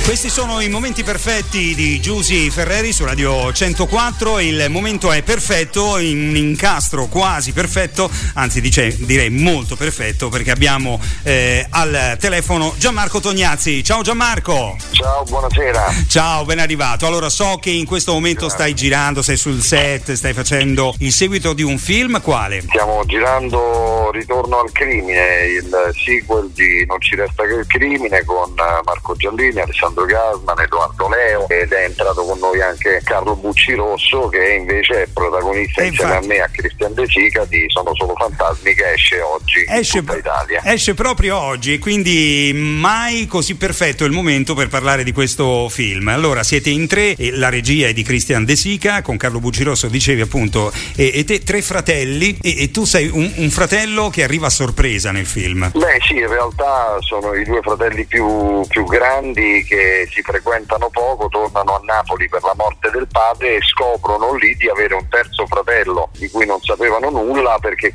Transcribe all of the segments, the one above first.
Questi sono i momenti perfetti di Giusy Ferreri su Radio 104. Il momento è perfetto, in un incastro quasi perfetto, anzi direi molto perfetto, perché abbiamo al telefono Gianmarco Tognazzi. Ciao Gianmarco. Ciao, buonasera. Ciao, ben arrivato. Allora, so che in questo momento stai girando, sei sul set, stai facendo il seguito di un film. Quale? Stiamo girando Ritorno al crimine, il sequel di Non ci resta che il crimine, con Marco Giallini, Alessandro Gasman, Edoardo Leo, ed è entrato con noi anche Carlo Buccirosso, che invece è protagonista insieme a me, a Christian De Sica, di Sono solo fantasmi, che esce oggi in tutta Italia. Esce proprio oggi, quindi mai così perfetto il momento per parlare di questo film. Allora, siete in tre, la regia è di Christian De Sica, con Carlo Buccirosso, dicevi appunto, e te tre fratelli, e tu sei un fratello che arriva a sorpresa nel film. Beh sì, in realtà sono i due fratelli più grandi che si frequentano poco, tornano a Napoli per la morte del padre e scoprono lì di avere un terzo fratello di cui non sapevano nulla, perché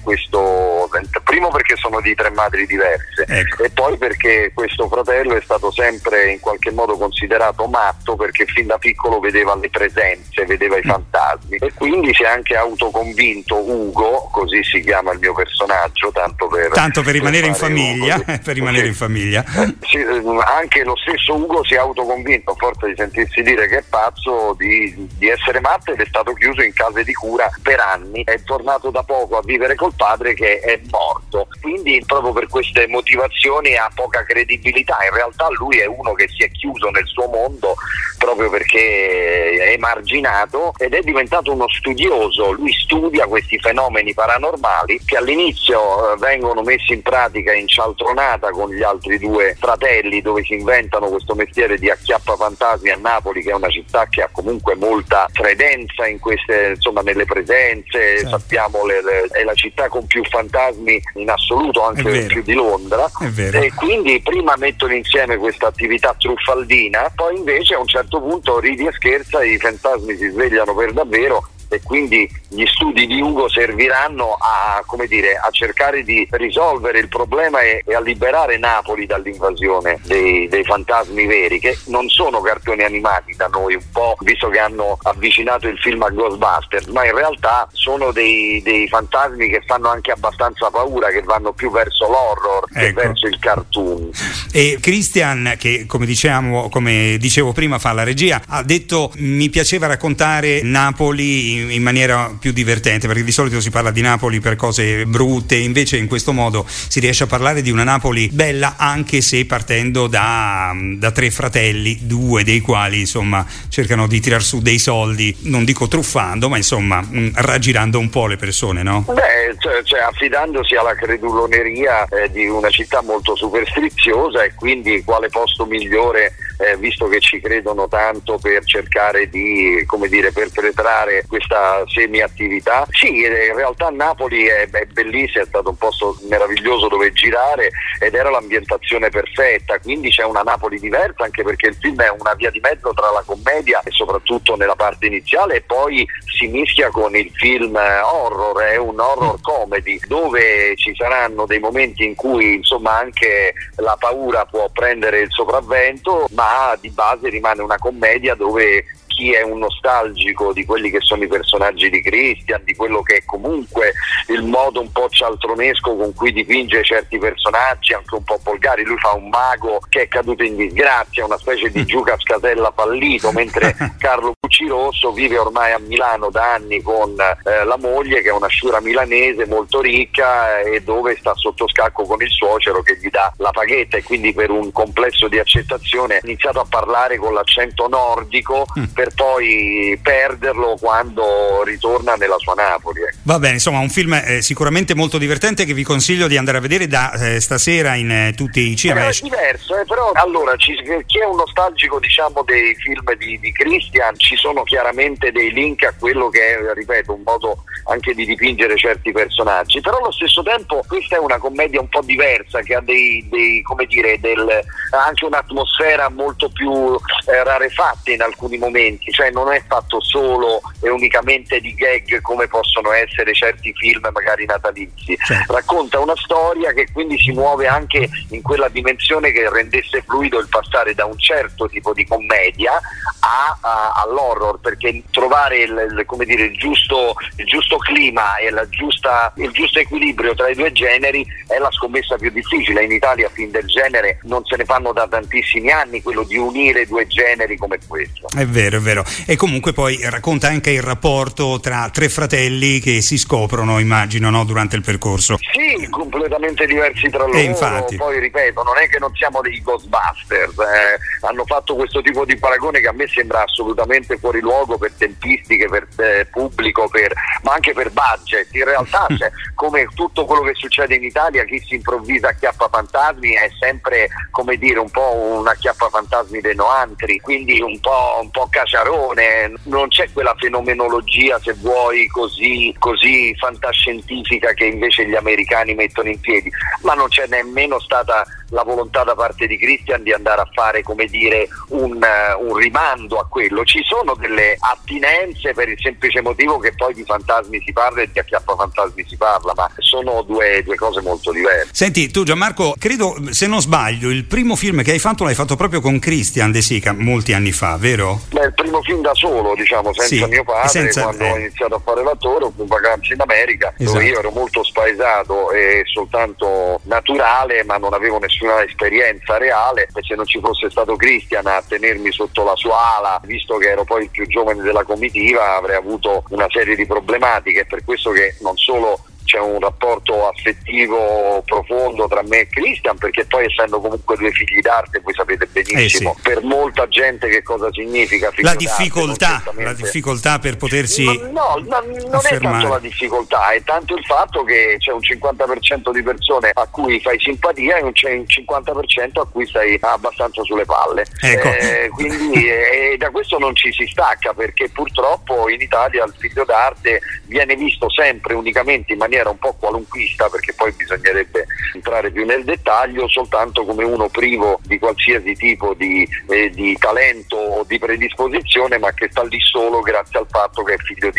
primo perché sono di tre madri diverse, ecco. E poi perché questo fratello è stato sempre in qualche modo considerato matto, perché fin da piccolo vedeva le presenze, vedeva i fantasmi, e quindi si è anche autoconvinto Ugo, così si chiama il mio personaggio, tanto per rimanere in famiglia, per rimanere in famiglia. Sì, anche lo stesso Ugo si è autoconvinto, a forza di sentirsi dire che è pazzo, di essere matto, ed è stato chiuso in case di cura per anni. È tornato da poco a vivere col padre, che è morto, quindi proprio per queste motivazioni ha poca credibilità. In realtà lui è uno che si è chiuso nel suo mondo proprio perché è emarginato, ed è diventato uno studioso. Lui studia questi fenomeni paranormali che all'inizio vengono messi in pratica in cialtronata con gli altri due fratelli, dove si inventano questo mestiere di acchiappa fantasmi a Napoli, che è una città che ha comunque molta credenza in queste, insomma, nelle presenze. Certo. Sappiamo è la città con più fantasmi in assoluto, anche più di Londra, e quindi prima mettono insieme questa attività truffaldina, poi invece a un certo punto, ridi e scherza, i fantasmi si svegliano per davvero, e quindi gli studi di Ugo serviranno a cercare di risolvere il problema e a liberare Napoli dall'invasione dei fantasmi veri, che non sono cartoni animati da noi, un po' visto che hanno avvicinato il film a Ghostbusters, ma in realtà sono dei fantasmi che fanno anche abbastanza paura, che vanno più verso l'horror che verso il cartoon. E Christian, che come dicevo prima, fa la regia, ha detto: mi piaceva raccontare Napoli in maniera più divertente, perché di solito si parla di Napoli per cose brutte, invece in questo modo si riesce a parlare di una Napoli bella, anche se partendo da tre fratelli, due dei quali insomma cercano di tirar su dei soldi, non dico truffando, ma insomma raggirando un po' le persone, no? Beh, cioè affidandosi alla creduloneria di una città molto superstiziosa, e quindi quale posto migliore, visto che ci credono tanto, per cercare di, perpetrare questa semi-attività. Sì, in realtà Napoli è bellissima, è stato un posto meraviglioso dove girare, ed era l'ambientazione perfetta, quindi c'è una Napoli diversa, anche perché il film è una via di mezzo tra la commedia, e soprattutto nella parte iniziale, e poi si mischia con il film horror, è un horror comedy, dove ci saranno dei momenti in cui insomma anche la paura può prendere il sopravvento, ma di base rimane una commedia dove chi è un nostalgico di quelli che sono i personaggi di Christian, di quello che è comunque il modo un po' cialtronesco con cui dipinge certi personaggi, anche un po' volgari. Lui fa un mago che è caduto in disgrazia, una specie di Giuca Scasella fallito, mentre Carlo Buccirosso vive ormai a Milano da anni con la moglie, che è una sciura milanese molto ricca, e dove sta sotto scacco con il suocero che gli dà la paghetta, e quindi per un complesso di accettazione ha iniziato a parlare con l'accento nordico, per poi perderlo quando ritorna nella sua Napoli. Va bene, insomma, un film sicuramente molto divertente, che vi consiglio di andare a vedere da stasera in tutti i cinema. È diverso, però allora chi è un nostalgico, diciamo, dei film di Christian, ci sono chiaramente dei link a quello che è, ripeto, un modo anche di dipingere certi personaggi, però allo stesso tempo questa è una commedia un po' diversa, che ha anche un'atmosfera molto più rarefatte in alcuni momenti, cioè non è fatto solo e unicamente di gag come possono essere certi film magari natalizi, racconta una storia che quindi si muove anche in quella dimensione che rendesse fluido il passare da un certo tipo di commedia all'horror, perché trovare il giusto clima e il giusto equilibrio tra i due generi è la scommessa più difficile. In Italia film del genere non se ne fanno da tantissimi anni, quello di unire due generi come questo. È vero. E comunque poi racconta anche il rapporto tra tre fratelli che si scoprono, immagino, no, durante il percorso. Sì, completamente diversi tra loro. Infatti. Poi ripeto, non è che non siamo dei Ghostbusters, hanno fatto questo tipo di paragone che a me sembra assolutamente fuori luogo per tempistiche, per pubblico, ma anche per budget. In realtà come tutto quello che succede in Italia, chi si improvvisa acchiappafantasmi è sempre, come dire, un po' un acchiappafantasmi dei noantri, quindi un po' caciarone, non c'è quella fenomenologia, se vuoi, così fantascientifica che invece gli americani mettono in piedi, ma non c'è nemmeno stata la volontà da parte di Christian di andare a fare, come dire, un rimando a quello. Ci sono delle attinenze per il semplice motivo che poi di fantasmi si parla e di acchiappafantasmi si parla, ma sono due cose molto diverse. Senti, tu Gianmarco, credo, se non sbaglio, il primo film che hai fatto l'hai fatto proprio con Christian De Sica molti anni fa, vero? Beh, il primo film da solo, diciamo, senza mio padre, quando ho iniziato a fare l'attore, fu Vacanze in America, dove io ero molto spaesato e soltanto naturale, ma non avevo nessuna esperienza reale, e se non ci fosse stato Christian a tenermi sotto la sua ala, visto che ero poi il più giovane della comitiva, avrei avuto una serie di problematiche. Per questo che non solo c'è un rapporto affettivo profondo tra me e Christian, perché poi essendo comunque due figli d'arte, voi sapete benissimo per molta gente che cosa significa la difficoltà per potersi non è tanto la difficoltà, è tanto il fatto che c'è un 50% di persone a cui fai simpatia e c'è un 50% a cui stai abbastanza sulle palle, quindi da questo non ci si stacca, perché purtroppo in Italia il figlio d'arte viene visto sempre unicamente in maniera un po' qualunquista, perché poi bisognerebbe entrare più nel dettaglio, soltanto come uno privo di qualsiasi tipo di talento o di predisposizione, ma che sta lì solo grazie al fatto che è figlio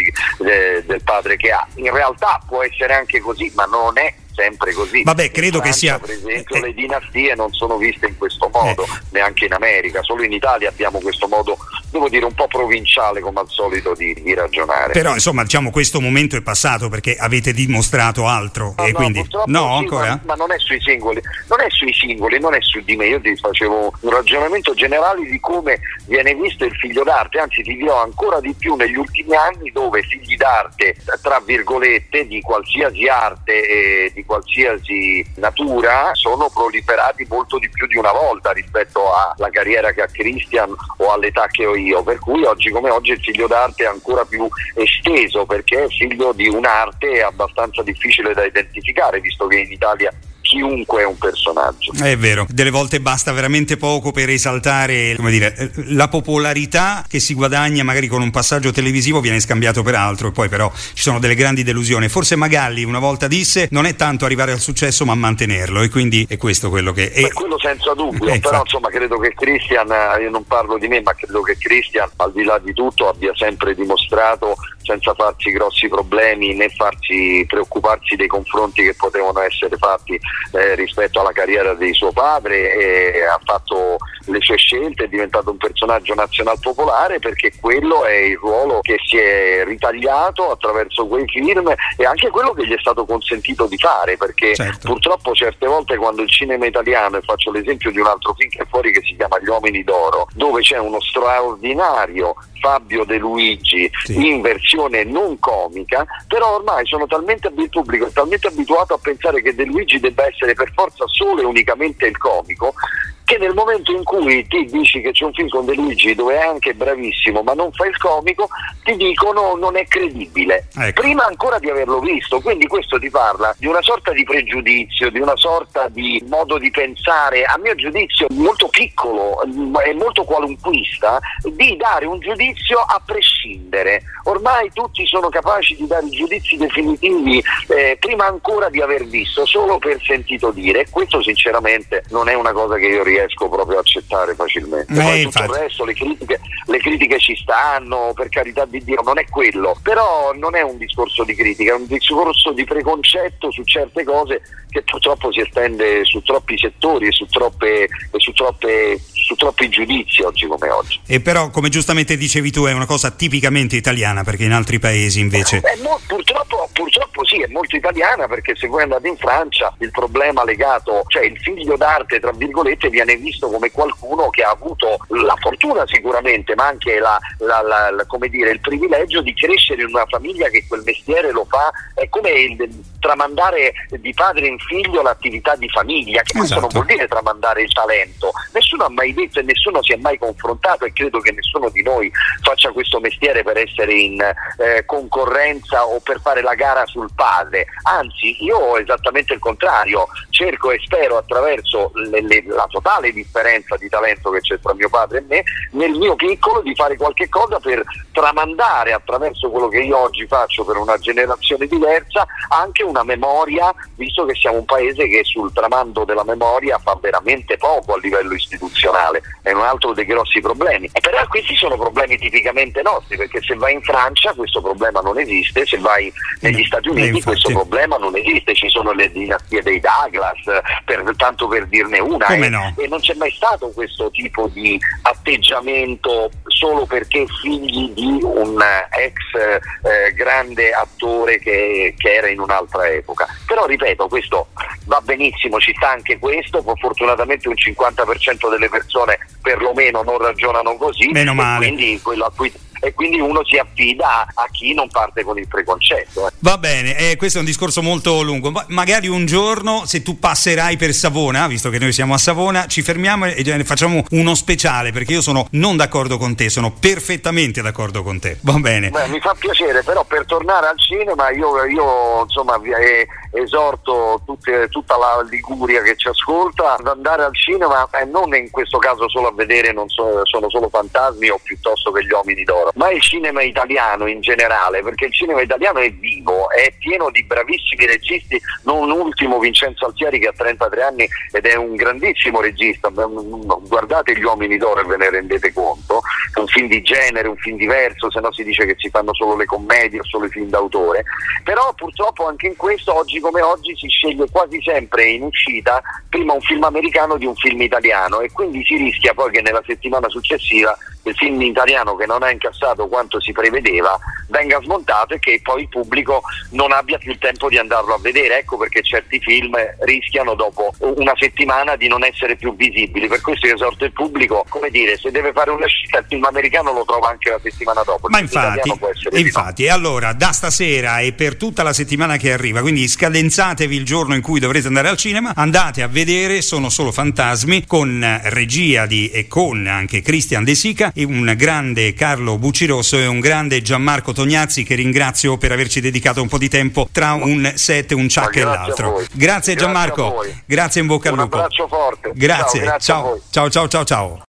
del padre che ha. In realtà può essere anche così, ma non è sempre così. Vabbè, credo che sia, per esempio, le dinastie non sono viste in questo modo, neanche in America. Solo in Italia abbiamo questo modo, devo dire, un po' provinciale come al solito di ragionare. Però insomma, diciamo, questo momento è passato, perché avete dimostrato altro. No, e quindi no, sì, ancora? Ma non è sui singoli, non è su di me. Io ti facevo un ragionamento generale di come viene visto il figlio d'arte, anzi ti dirò ancora di più negli ultimi anni, dove figli d'arte, tra virgolette, di qualsiasi arte e di qualsiasi natura sono proliferati molto di più di una volta rispetto alla carriera che ha Christian o all'età che ho io, per cui oggi come oggi il figlio d'arte è ancora più esteso, perché è figlio di un'arte abbastanza difficile da identificare, visto che in Italia chiunque è un personaggio. È vero, delle volte basta veramente poco per esaltare, come dire, la popolarità che si guadagna magari con un passaggio televisivo, viene scambiato per altro, e poi però ci sono delle grandi delusioni. Forse Magalli una volta disse: non è tanto arrivare al successo ma mantenerlo, e quindi è questo quello che è. Quello senza dubbio, però insomma credo che Christian, io non parlo di me, ma credo che Christian, al di là di tutto, abbia sempre dimostrato, senza farsi grossi problemi né preoccuparsi dei confronti che potevano essere fatti rispetto alla carriera di suo padre, e ha fatto le sue scelte, è diventato un personaggio nazional popolare, perché quello è il ruolo che si è ritagliato attraverso quei film, e anche quello che gli è stato consentito di fare, perché purtroppo certe volte quando il cinema italiano, e faccio l'esempio di un altro film che è fuori che si chiama Gli Uomini d'Oro, dove c'è uno straordinario Fabio De Luigi in versione non comica, però ormai il pubblico è talmente abituato a pensare che De Luigi debba essere per forza solo e unicamente il comico, che nel momento in cui ti dici che c'è un film con De Luigi dove è anche bravissimo ma non fa il comico, ti dicono non è credibile, prima ancora di averlo visto. Quindi questo ti parla di una sorta di pregiudizio, di una sorta di modo di pensare, a mio giudizio molto piccolo e molto qualunquista, di dare un giudizio a prescindere. Ormai tutti sono capaci di dare i giudizi definitivi prima ancora di aver visto, solo per sentito dire. Questo sinceramente non è una cosa che io riesco riesco proprio a accettare facilmente. Poi tutto il resto, le critiche ci stanno, per carità di Dio, non è quello, però non è un discorso di critica, è un discorso di preconcetto su certe cose che purtroppo si estende su troppi settori e su troppi giudizi oggi come oggi. E però, come giustamente dicevi tu, è una cosa tipicamente italiana, perché in altri paesi invece purtroppo sì, è molto italiana, perché se voi andate in Francia il problema legato, cioè il figlio d'arte tra virgolette viene visto come qualcuno che ha avuto la fortuna sicuramente, ma anche come dire, il privilegio di crescere in una famiglia che quel mestiere lo fa. È come tramandare di padre in figlio l'attività di famiglia, che questo non vuol dire tramandare il talento. Nessuno ha mai detto e nessuno si è mai confrontato, e credo che nessuno di noi faccia questo mestiere per essere in concorrenza o per fare la gara sul padre. Anzi, io ho esattamente il contrario, cerco e spero attraverso la totale differenza di talento che c'è tra mio padre e me, nel mio piccolo, di fare qualche cosa per tramandare attraverso quello che io oggi faccio per una generazione diversa anche una memoria, visto che siamo un paese che sul tramando della memoria fa veramente poco a livello istituzionale. È un altro dei grossi problemi, e però questi sono problemi tipicamente nostri, perché se vai in Francia questo problema non esiste, se vai negli Stati Uniti questo problema non esiste, ci sono le dinastie dei Douglas, tanto per dirne una, e non c'è mai stato questo tipo di atteggiamento solo perché figli di un ex grande attore che era in un'altra epoca. Però ripeto, questo va benissimo, ci sta anche questo, fortunatamente un 50% delle persone perlomeno non ragionano così, meno male. E quindi uno si affida a chi non parte con il preconcetto. Va bene, questo è un discorso molto lungo. Magari un giorno, se tu passerai per Savona, visto che noi siamo a Savona, ci fermiamo e facciamo uno speciale, perché io sono non d'accordo con te, sono perfettamente d'accordo con te. Va bene. Mi fa piacere, però per tornare al cinema io insomma esorto tutta la Liguria che ci ascolta ad andare al cinema, e non in questo caso solo a vedere sono solo fantasmi o piuttosto che gli uomini d'oro, ma il cinema italiano in generale, perché il cinema italiano è vivo, è pieno di bravissimi registi, non ultimo Vincenzo Altieri, che ha 33 anni ed è un grandissimo regista. Guardate Gli uomini d'oro e ve ne rendete conto, è un film di genere, un film diverso, se no si dice che si fanno solo le commedie o solo i film d'autore. Però purtroppo anche in questo, oggi come oggi, si sceglie quasi sempre in uscita prima un film americano di un film italiano, e quindi si rischia poi che nella settimana successiva il film italiano, che non ha incassato quanto si prevedeva, venga smontato e che poi il pubblico non abbia più il tempo di andarlo a vedere. Ecco perché certi film rischiano dopo una settimana di non essere più visibili. Per questo io esorto il pubblico, come dire, se deve fare una scelta, il film americano lo trova anche la settimana dopo. Ma infatti, e allora da stasera e per tutta la settimana che arriva, quindi scadenzatevi il giorno in cui dovrete andare al cinema, andate a vedere Sono solo fantasmi, con regia e con anche Christian De Sica, e un grande Carlo Buccirosso e un grande Gianmarco Tognazzi, che ringrazio per averci dedicato un po' di tempo tra un set, un ciak e l'altro. Grazie Gianmarco, grazie, in bocca al lupo. Un abbraccio forte. Grazie, ciao.